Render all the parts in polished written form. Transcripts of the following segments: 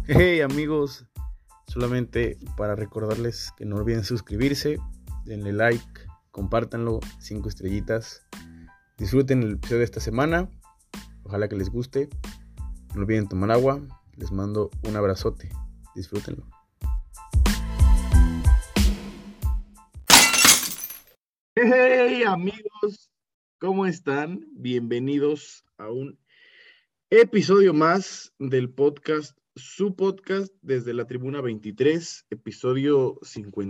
Hey amigos, solamente para recordarles que no olviden suscribirse, denle like, compártanlo, 5 estrellitas. Disfruten el episodio de esta semana, ojalá que les guste. No olviden tomar agua, les mando un abrazote, disfrútenlo. Hey amigos, ¿cómo están? Bienvenidos a un episodio más del podcast, su podcast desde la Tribuna 23, episodio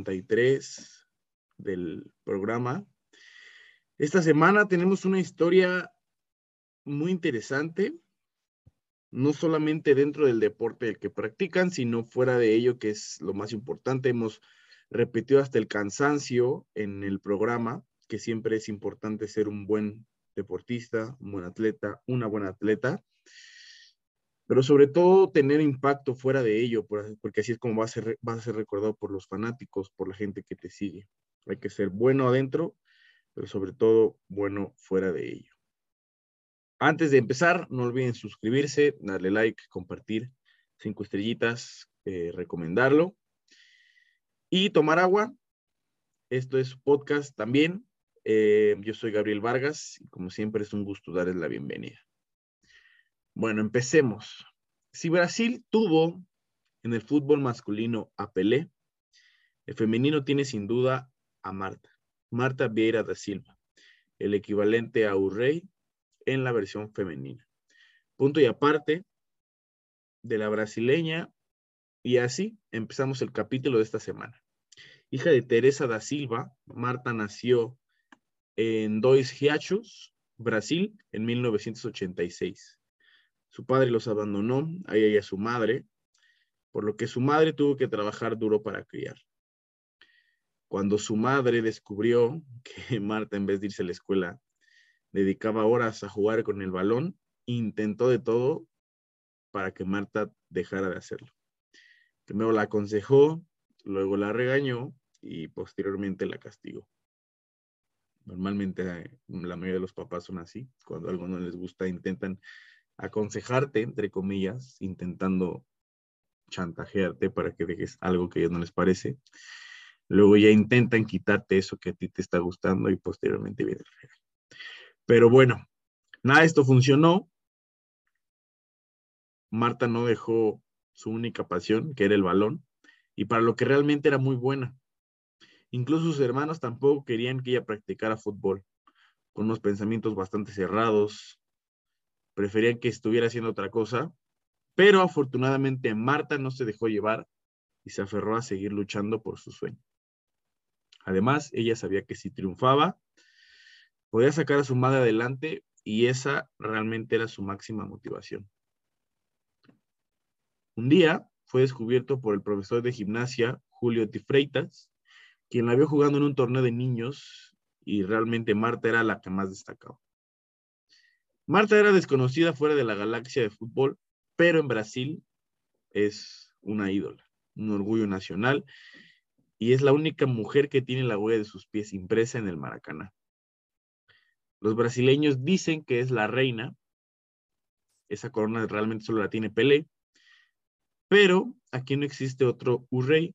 53 del programa. Esta semana tenemos una historia muy interesante, no solamente dentro del deporte que practican, sino fuera de ello, que es lo más importante. Hemos repetido hasta el cansancio en el programa, que siempre es importante ser un buen deportista, un buen atleta, una buena atleta, pero sobre todo tener impacto fuera de ello, porque así es como vas a ser recordado por los fanáticos, por la gente que te sigue. Hay que ser bueno adentro, pero sobre todo bueno fuera de ello. Antes de empezar, no olviden suscribirse, darle like, compartir, 5 estrellitas, recomendarlo y tomar agua. Esto es podcast también. Yo soy Gabriel Vargas y como siempre es un gusto darles la bienvenida. Bueno, empecemos. Si Brasil tuvo en el fútbol masculino a Pelé, el femenino tiene sin duda a Marta Vieira da Silva, el equivalente a Urrey en la versión femenina. Punto y aparte de la brasileña, y así empezamos el capítulo de esta semana. Hija de Teresa da Silva, Marta nació en Dois Riachos, Brasil, en 1986. Su padre los abandonó, a ella y a su madre, por lo que su madre tuvo que trabajar duro para criar. Cuando su madre descubrió que Marta, en vez de irse a la escuela, dedicaba horas a jugar con el balón, intentó de todo para que Marta dejara de hacerlo. Primero la aconsejó, luego la regañó y posteriormente la castigó. Normalmente la mayoría de los papás son así. Cuando algo no les gusta, intentan aconsejarte, entre comillas, intentando chantajearte para que dejes algo que a ellos no les parece. Luego ya intentan quitarte eso que a ti te está gustando y posteriormente viene el regaño. Pero bueno, nada de esto funcionó. Marta no dejó su única pasión, que era el balón, y para lo que realmente era muy buena. Incluso sus hermanos tampoco querían que ella practicara fútbol, con unos pensamientos bastante cerrados, preferían que estuviera haciendo otra cosa, pero afortunadamente Marta no se dejó llevar y se aferró a seguir luchando por su sueño. Además, ella sabía que si triunfaba, podía sacar a su madre adelante y esa realmente era su máxima motivación. Un día fue descubierto por el profesor de gimnasia, Julio de Freitas, quien la vio jugando en un torneo de niños y realmente Marta era la que más destacaba. Marta era desconocida fuera de la galaxia de fútbol, pero en Brasil es una ídola, un orgullo nacional y es la única mujer que tiene la huella de sus pies impresa en el Maracaná. Los brasileños dicen que es la reina, esa corona realmente solo la tiene Pelé, pero aquí no existe otro Urrey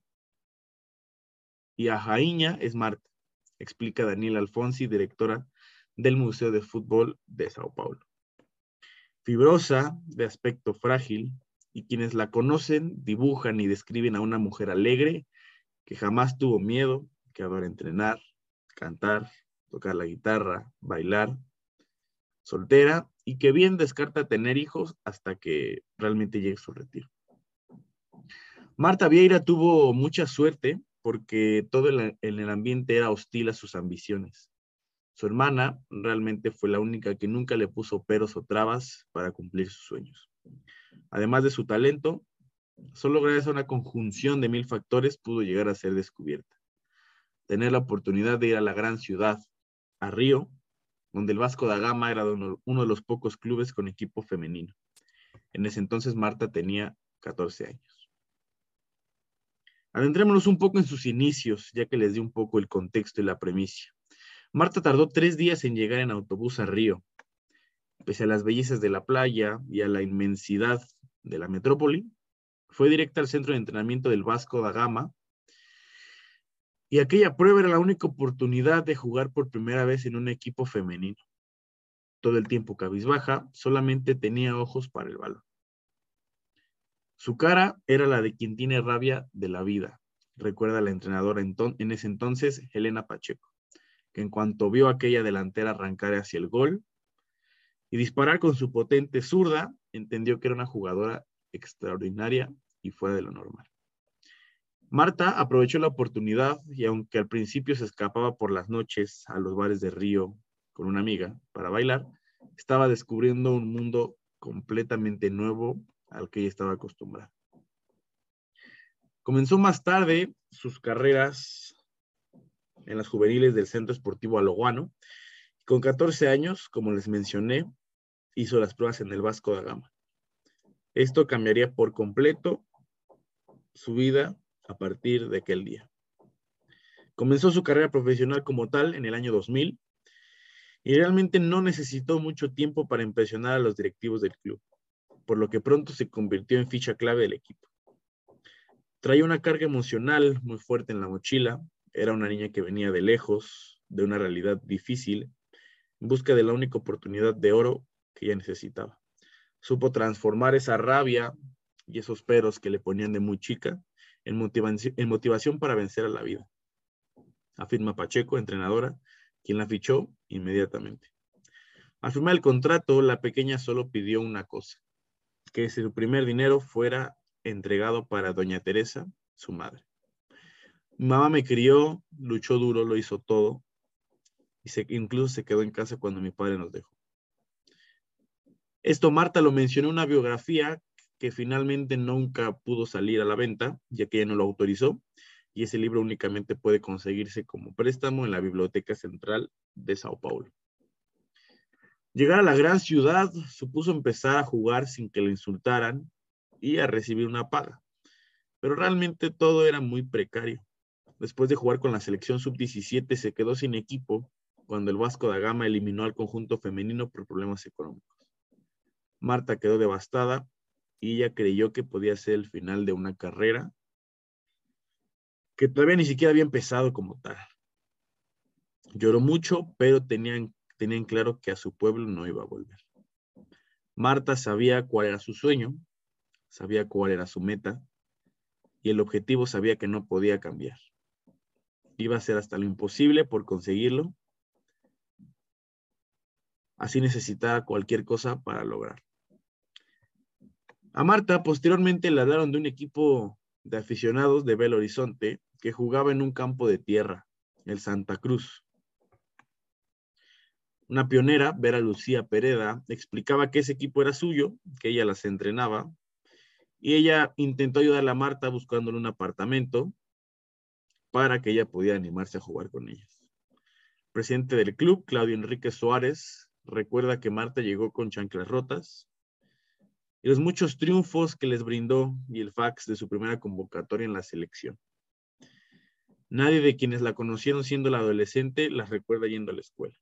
y a Rainha es Marta, explica Daniela Alfonsi, directora del Museo de Fútbol de Sao Paulo. Fibrosa, de aspecto frágil, y quienes la conocen dibujan y describen a una mujer alegre que jamás tuvo miedo, que adora entrenar, cantar, tocar la guitarra, bailar, soltera y que bien descarta tener hijos hasta que realmente llegue su retiro. Marta Vieira tuvo mucha suerte porque todo en el ambiente era hostil a sus ambiciones. Su hermana realmente fue la única que nunca le puso peros o trabas para cumplir sus sueños. Además de su talento, solo gracias a una conjunción de 1000 factores pudo llegar a ser descubierta. Tener la oportunidad de ir a la gran ciudad, a Río, donde el Vasco da Gama era uno de los pocos clubes con equipo femenino. En ese entonces Marta tenía 14 años. Adentrémonos un poco en sus inicios, ya que les di un poco el contexto y la premisa. Marta tardó 3 días en llegar en autobús a Río. Pese a las bellezas de la playa y a la inmensidad de la metrópoli, Fue directa al centro de entrenamiento del Vasco da Gama y aquella prueba era la única oportunidad de jugar por primera vez en un equipo femenino. Todo el tiempo cabizbaja, solamente tenía ojos para el balón. Su cara era la de quien tiene rabia de la vida, recuerda la entrenadora en ese entonces, Helena Pacheco, que en cuanto vio a aquella delantera arrancar hacia el gol y disparar con su potente zurda, entendió que era una jugadora extraordinaria y fuera de lo normal. Marta aprovechó la oportunidad y aunque al principio se escapaba por las noches a los bares de Río con una amiga para bailar, estaba descubriendo un mundo completamente nuevo al que ella estaba acostumbrada. Comenzó más tarde sus carreras en las juveniles del Centro Esportivo Aloguano. Con 14 años, como les mencioné, hizo las pruebas en el Vasco da Gama. Esto cambiaría por completo su vida a partir de aquel día. Comenzó su carrera profesional como tal en el año 2000 y realmente no necesitó mucho tiempo para impresionar a los directivos del club, por lo que pronto se convirtió en ficha clave del equipo. Traía una carga emocional muy fuerte en la mochila, era una niña que venía de lejos, de una realidad difícil, en busca de la única oportunidad de oro que ella necesitaba. Supo transformar esa rabia y esos peros que le ponían de muy chica en motivación para vencer a la vida. Afirma Pacheco, entrenadora, quien la fichó inmediatamente. Al firmar el contrato, la pequeña solo pidió una cosa, que su primer dinero fuera entregado para doña Teresa, su madre. Mi mamá me crió, luchó duro, lo hizo todo, y incluso se quedó en casa cuando mi padre nos dejó. Esto Marta lo mencionó en una biografía que finalmente nunca pudo salir a la venta, ya que ella no lo autorizó, y ese libro únicamente puede conseguirse como préstamo en la Biblioteca Central de Sao Paulo. Llegar a la gran ciudad supuso empezar a jugar sin que le insultaran y a recibir una paga, pero realmente todo era muy precario. Después de jugar con la selección sub-17 se quedó sin equipo cuando el Vasco da Gama eliminó al conjunto femenino por problemas económicos. Marta quedó devastada y ella creyó que podía ser el final de una carrera que todavía ni siquiera había empezado como tal. Lloró mucho, pero tenían claro que a su pueblo no iba a volver. Marta sabía cuál era su sueño, sabía cuál era su meta, y el objetivo sabía que no podía cambiar. Iba a hacer hasta lo imposible por conseguirlo, así necesitaba cualquier cosa para lograrlo. A Marta posteriormente la hablaron de un equipo de aficionados de Belo Horizonte que jugaba en un campo de tierra, el Santa Cruz. Una pionera, Vera Lucía Pereda, explicaba que ese equipo era suyo, que ella las entrenaba, y ella intentó ayudar a Marta buscándole un apartamento para que ella pudiera animarse a jugar con ellas. El presidente del club, Claudio Enrique Suárez, recuerda que Marta llegó con chanclas rotas y los muchos triunfos que les brindó y el fax de su primera convocatoria en la selección. Nadie de quienes la conocieron siendo la adolescente las recuerda yendo a la escuela.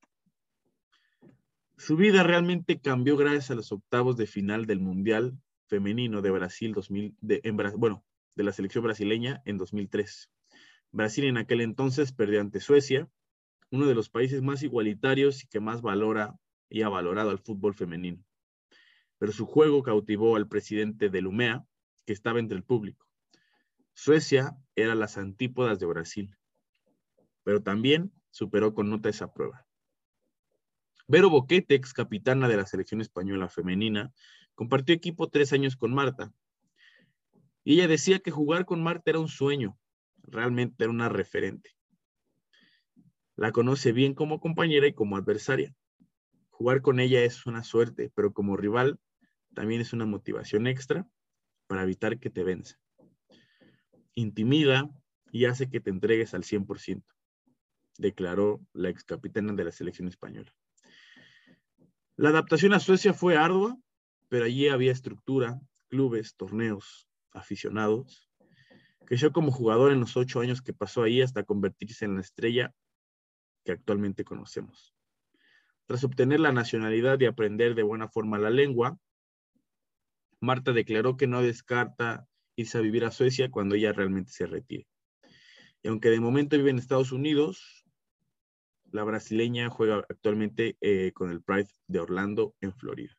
Su vida realmente cambió gracias a los octavos de final del Mundial Femenino de Brasil de la selección brasileña en 2003. Brasil en aquel entonces perdió ante Suecia, uno de los países más igualitarios y que más valora y ha valorado al fútbol femenino. Pero su juego cautivó al presidente del UMEA, que estaba entre el público. Suecia era las antípodas de Brasil, pero también superó con nota esa prueba. Vero Boquete, ex capitana de la selección española femenina, compartió equipo 3 años con Marta. Y ella decía que jugar con Marta era un sueño, realmente era una referente. La conoce bien como compañera y como adversaria. Jugar con ella es una suerte, pero como rival también es una motivación extra para evitar que te venza. Intimida y hace que te entregues al 100%, declaró la ex capitana de la selección española. La adaptación a Suecia fue ardua, pero allí había estructura, clubes, torneos, aficionados. Creció como jugador en los 8 años que pasó ahí hasta convertirse en la estrella que actualmente conocemos. Tras obtener la nacionalidad y aprender de buena forma la lengua, Marta declaró que no descarta irse a vivir a Suecia cuando ella realmente se retire. Y aunque de momento vive en Estados Unidos, la brasileña juega actualmente con el Pride de Orlando en Florida.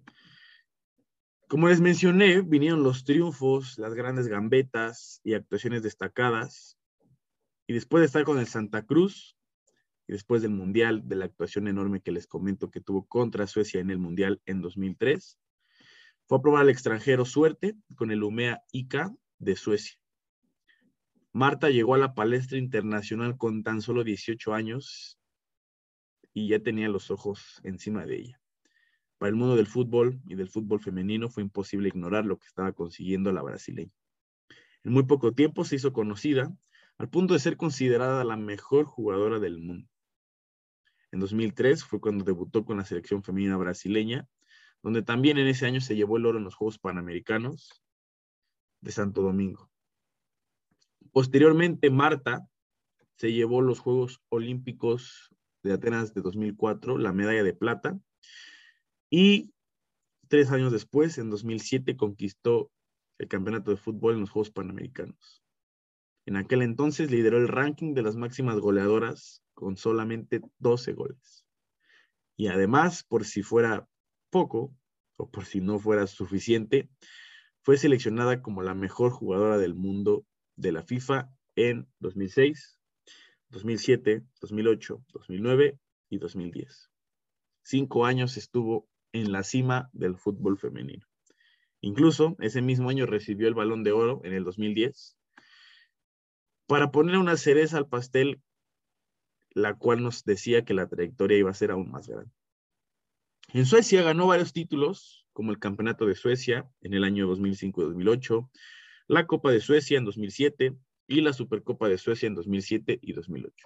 Como les mencioné, vinieron los triunfos, las grandes gambetas y actuaciones destacadas. Y después de estar con el Santa Cruz, y después del Mundial, de la actuación enorme que les comento que tuvo contra Suecia en el Mundial en 2003, fue a probar al extranjero suerte con el Umea IK de Suecia. Marta llegó a la palestra internacional con tan solo 18 años y ya tenía los ojos encima de ella. Para el mundo del fútbol y del fútbol femenino fue imposible ignorar lo que estaba consiguiendo la brasileña. En muy poco tiempo se hizo conocida al punto de ser considerada la mejor jugadora del mundo. En 2003 fue cuando debutó con la selección femenina brasileña, donde también en ese año se llevó el oro en los Juegos Panamericanos de Santo Domingo. Posteriormente, Marta se llevó los Juegos Olímpicos de Atenas de 2004, la medalla de plata, y 3 años después, en 2007, conquistó el campeonato de fútbol en los Juegos Panamericanos. En aquel entonces lideró el ranking de las máximas goleadoras con solamente 12 goles. Y además, por si fuera poco, o por si no fuera suficiente, fue seleccionada como la mejor jugadora del mundo de la FIFA en 2006, 2007, 2008, 2009 y 2010. 5 años estuvo en la cima del fútbol femenino. Incluso ese mismo año recibió el Balón de Oro en el 2010 para poner una cereza al pastel, la cual nos decía que la trayectoria iba a ser aún más grande. En Suecia ganó varios títulos, como el Campeonato de Suecia en el año 2005 y 2008, la Copa de Suecia en 2007 y la Supercopa de Suecia en 2007 y 2008.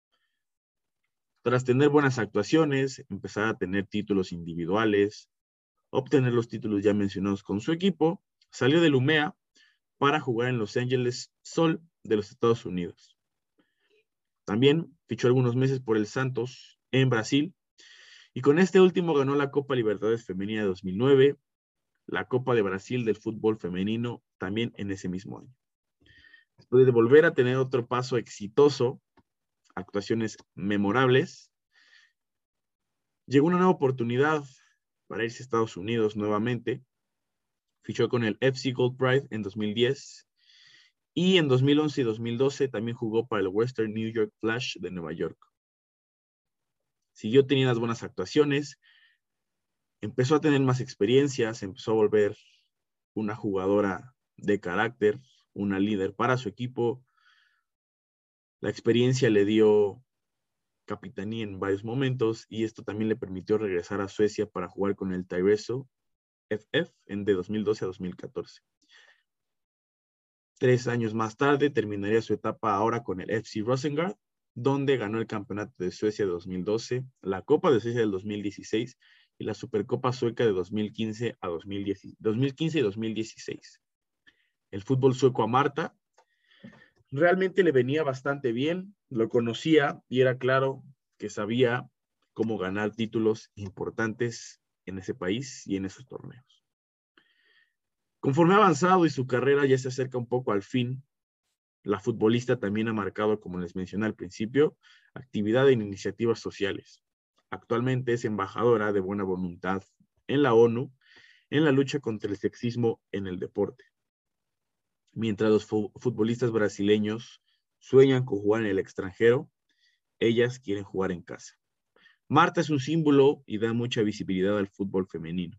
Tras tener buenas actuaciones, empezar a tener títulos individuales, obtener los títulos ya mencionados con su equipo, salió del Umea para jugar en Los Ángeles Sol de los Estados Unidos. También fichó algunos meses por el Santos en Brasil y con este último ganó la Copa Libertadores Femenina de 2009, la Copa de Brasil del fútbol femenino también en ese mismo año. Después de volver a tener otro paso exitoso, actuaciones memorables, llegó una nueva oportunidad para irse a Estados Unidos nuevamente. Fichó con el FC Gold Pride en 2010 y en 2011 y 2012 también jugó para el Western New York Flash de Nueva York. Siguió teniendo buenas actuaciones, empezó a tener más experiencias, empezó a volver una jugadora de carácter, una líder para su equipo. La experiencia le dio capitanía en varios momentos y esto también le permitió regresar a Suecia para jugar con el Tyresö FF de 2012 a 2014. 3 años más tarde terminaría su etapa ahora con el FC Rosengård, donde ganó el Campeonato de Suecia de 2012, la Copa de Suecia del 2016 y la Supercopa Sueca de 2015 y 2016. El fútbol sueco a Marta realmente le venía bastante bien, lo conocía y era claro que sabía cómo ganar títulos importantes en ese país y en esos torneos. Conforme ha avanzado y su carrera ya se acerca un poco al fin, la futbolista también ha marcado, como les mencioné al principio, actividad en iniciativas sociales. Actualmente es embajadora de buena voluntad en la ONU en la lucha contra el sexismo en el deporte. Mientras los futbolistas brasileños sueñan con jugar en el extranjero, ellas quieren jugar en casa. Marta es un símbolo y da mucha visibilidad al fútbol femenino.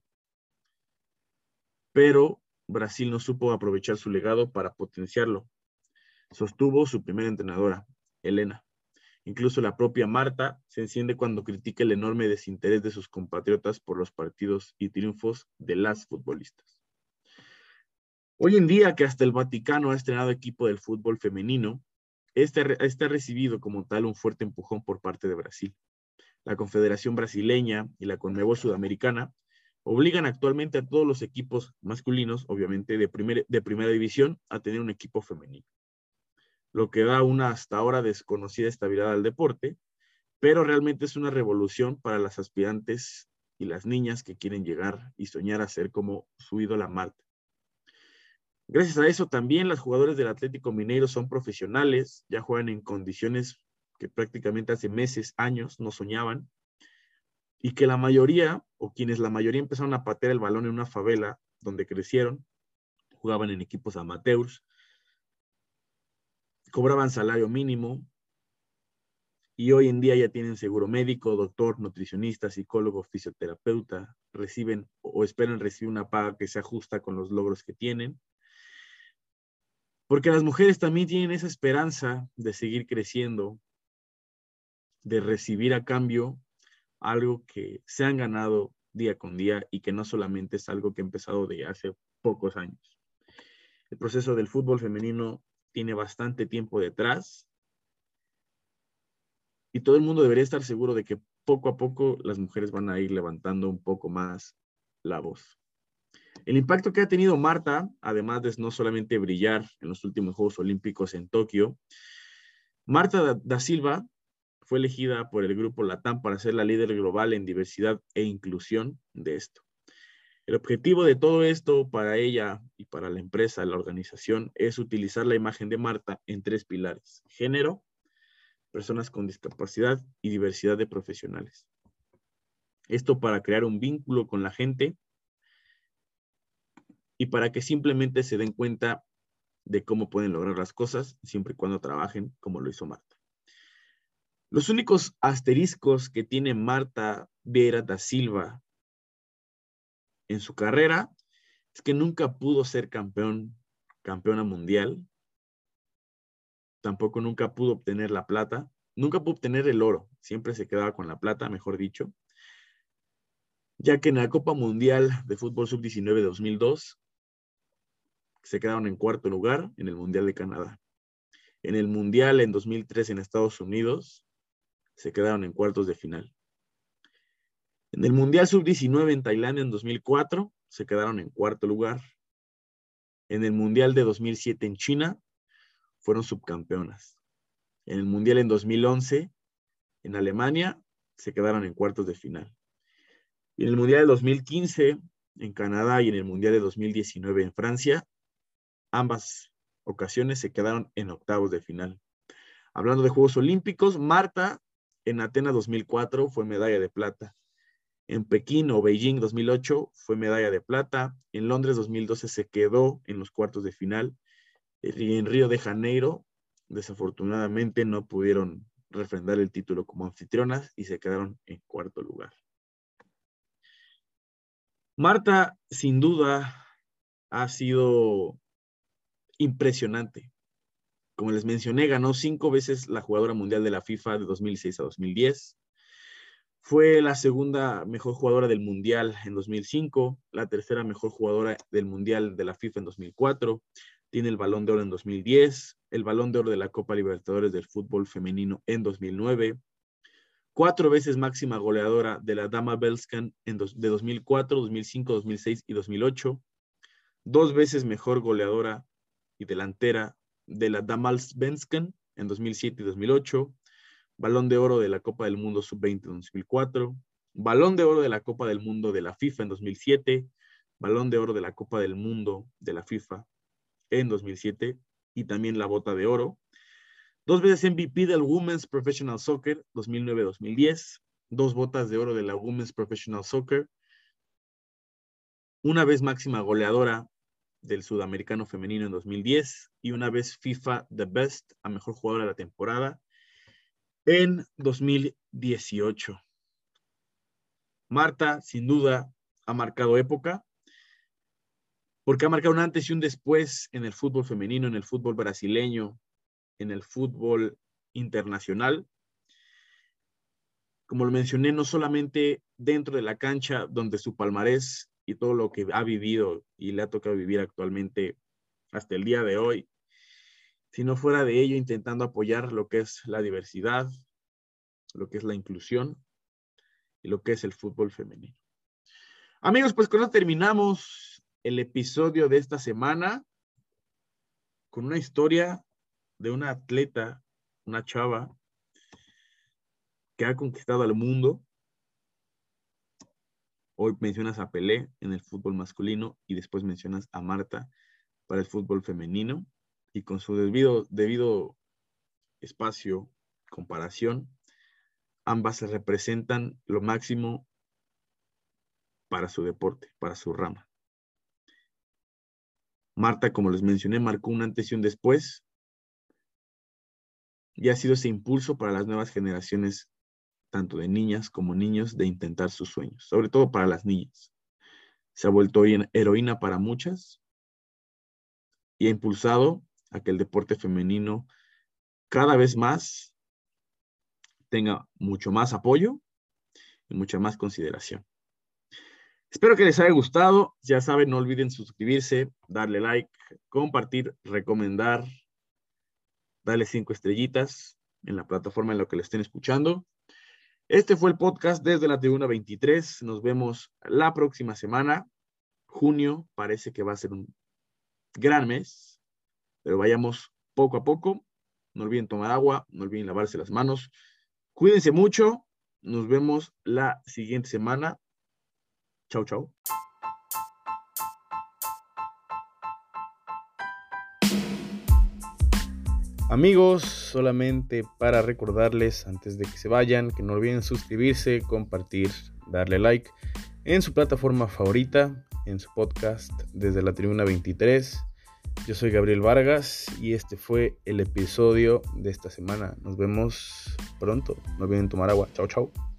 Pero Brasil no supo aprovechar su legado para potenciarlo. Sostuvo su primera entrenadora, Helena. Incluso la propia Marta se enciende cuando critica el enorme desinterés de sus compatriotas por los partidos y triunfos de las futbolistas. Hoy en día, que hasta el Vaticano ha estrenado equipo del fútbol femenino, este ha recibido como tal un fuerte empujón por parte de Brasil. La Confederación Brasileña y la Conmebol Sudamericana obligan actualmente a todos los equipos masculinos, obviamente de primera división, a tener un equipo femenino, lo que da una hasta ahora desconocida estabilidad al deporte, pero realmente es una revolución para las aspirantes y las niñas que quieren llegar y soñar a ser como su ídola Marta. Gracias a eso también las jugadoras del Atlético Mineiro son profesionales, ya juegan en condiciones que prácticamente hace meses, años no soñaban, y que la mayoría, o quienes la mayoría empezaron a patear el balón en una favela donde crecieron, jugaban en equipos amateurs, cobraban salario mínimo, y hoy en día ya tienen seguro médico, doctor, nutricionista, psicólogo, fisioterapeuta, reciben o esperan recibir una paga que se ajusta con los logros que tienen. Porque las mujeres también tienen esa esperanza de seguir creciendo, de recibir a cambio algo que se han ganado día con día y que no solamente es algo que ha empezado de hace pocos años. El proceso del fútbol femenino tiene bastante tiempo detrás y todo el mundo debería estar seguro de que poco a poco las mujeres van a ir levantando un poco más la voz. El impacto que ha tenido Marta, además de no solamente brillar en los últimos Juegos Olímpicos en Tokio, Marta da Silva fue elegida por el grupo LATAM para ser la líder global en diversidad e inclusión de esto. El objetivo de todo esto para ella y para la empresa, la organización, es utilizar la imagen de Marta en 3 pilares: género, personas con discapacidad y diversidad de profesionales. Esto para crear un vínculo con la gente y para que simplemente se den cuenta de cómo pueden lograr las cosas siempre y cuando trabajen como lo hizo Marta. Los únicos asteriscos que tiene Marta Vieira da Silva en su carrera es que nunca pudo ser campeona mundial, tampoco nunca pudo obtener la plata, nunca pudo obtener el oro, siempre se quedaba con la plata, mejor dicho, ya que en la Copa Mundial de Fútbol Sub-19 de 2002 se quedaron en 4º lugar en el Mundial de Canadá. En el Mundial en 2003 en Estados Unidos se quedaron en cuartos de final. En el Mundial Sub-19 en Tailandia en 2004 se quedaron en 4º lugar. En el Mundial de 2007 en China fueron subcampeonas. En el Mundial en 2011 en Alemania se quedaron en cuartos de final. Y en el Mundial de 2015 en Canadá y en el Mundial de 2019 en Francia, ambas ocasiones se quedaron en octavos de final. Hablando de Juegos Olímpicos, Marta en Atenas 2004 fue medalla de plata. En Pekín o Beijing 2008 fue medalla de plata. En Londres 2012 se quedó en los cuartos de final. Y en Río de Janeiro, desafortunadamente, no pudieron refrendar el título como anfitrionas y se quedaron en 4º lugar. Marta, sin duda, ha sido impresionante. Como les mencioné, ganó 5 veces la jugadora mundial de la FIFA de 2006 a 2010. Fue la segunda mejor jugadora del Mundial en 2005, la tercera mejor jugadora del Mundial de la FIFA en 2004, tiene el Balón de Oro en 2010, el Balón de Oro de la Copa Libertadores del fútbol femenino en 2009, 4 veces máxima goleadora de la Damallsvenskan de 2004, 2005, 2006 y 2008, 2 veces mejor goleadora y delantera de la Damallsvenskan en 2007 y 2008, Balón de Oro de la Copa del Mundo Sub-20 en 2004, Balón de Oro de la Copa del Mundo de la FIFA en 2007, Balón de Oro de la Copa del Mundo de la FIFA en 2007 y también la Bota de Oro. 2 veces MVP del Women's Professional Soccer 2009-2010, 2 botas de oro de la Women's Professional Soccer, una vez máxima goleadora del Sudamericano Femenino en 2010 y una vez FIFA The Best a mejor jugadora de la temporada en 2018. Marta, sin duda, ha marcado época, porque ha marcado un antes y un después en el fútbol femenino, en el fútbol brasileño, en el fútbol internacional. Como lo mencioné, no solamente dentro de la cancha, donde su palmarés y todo lo que ha vivido y le ha tocado vivir actualmente hasta el día de hoy, sino fuera de ello, intentando apoyar lo que es la diversidad, lo que es la inclusión y lo que es el fútbol femenino. Amigos, pues con eso terminamos el episodio de esta semana con una historia de una atleta, una chava que ha conquistado al mundo. Hoy mencionas a Pelé en el fútbol masculino y después mencionas a Marta para el fútbol femenino y con su debido espacio, comparación, ambas representan lo máximo para su deporte, para su rama. Marta, como les mencioné, marcó un antes y un después y ha sido ese impulso para las nuevas generaciones, tanto de niñas como niños, de intentar sus sueños, sobre todo para las niñas. Se ha vuelto hoy heroína para muchas y ha impulsado a que el deporte femenino cada vez más tenga mucho más apoyo y mucha más consideración. Espero que les haya gustado. Ya saben, no olviden suscribirse, darle like, compartir, recomendar, darle 5 estrellitas en la plataforma en la que lo estén escuchando. Este fue el podcast desde la Tribuna 23. Nos vemos la próxima semana. Junio parece que va a ser un gran mes, pero vayamos poco a poco. No olviden tomar agua, no olviden lavarse las manos. Cuídense mucho. Nos vemos la siguiente semana. Chau, chau. Amigos, solamente para recordarles antes de que se vayan, que no olviden suscribirse, compartir, darle like en su plataforma favorita, en su podcast desde la Tribuna 23. Yo soy Gabriel Vargas y este fue el episodio de esta semana. Nos vemos pronto. No olviden tomar agua. Chau, chau.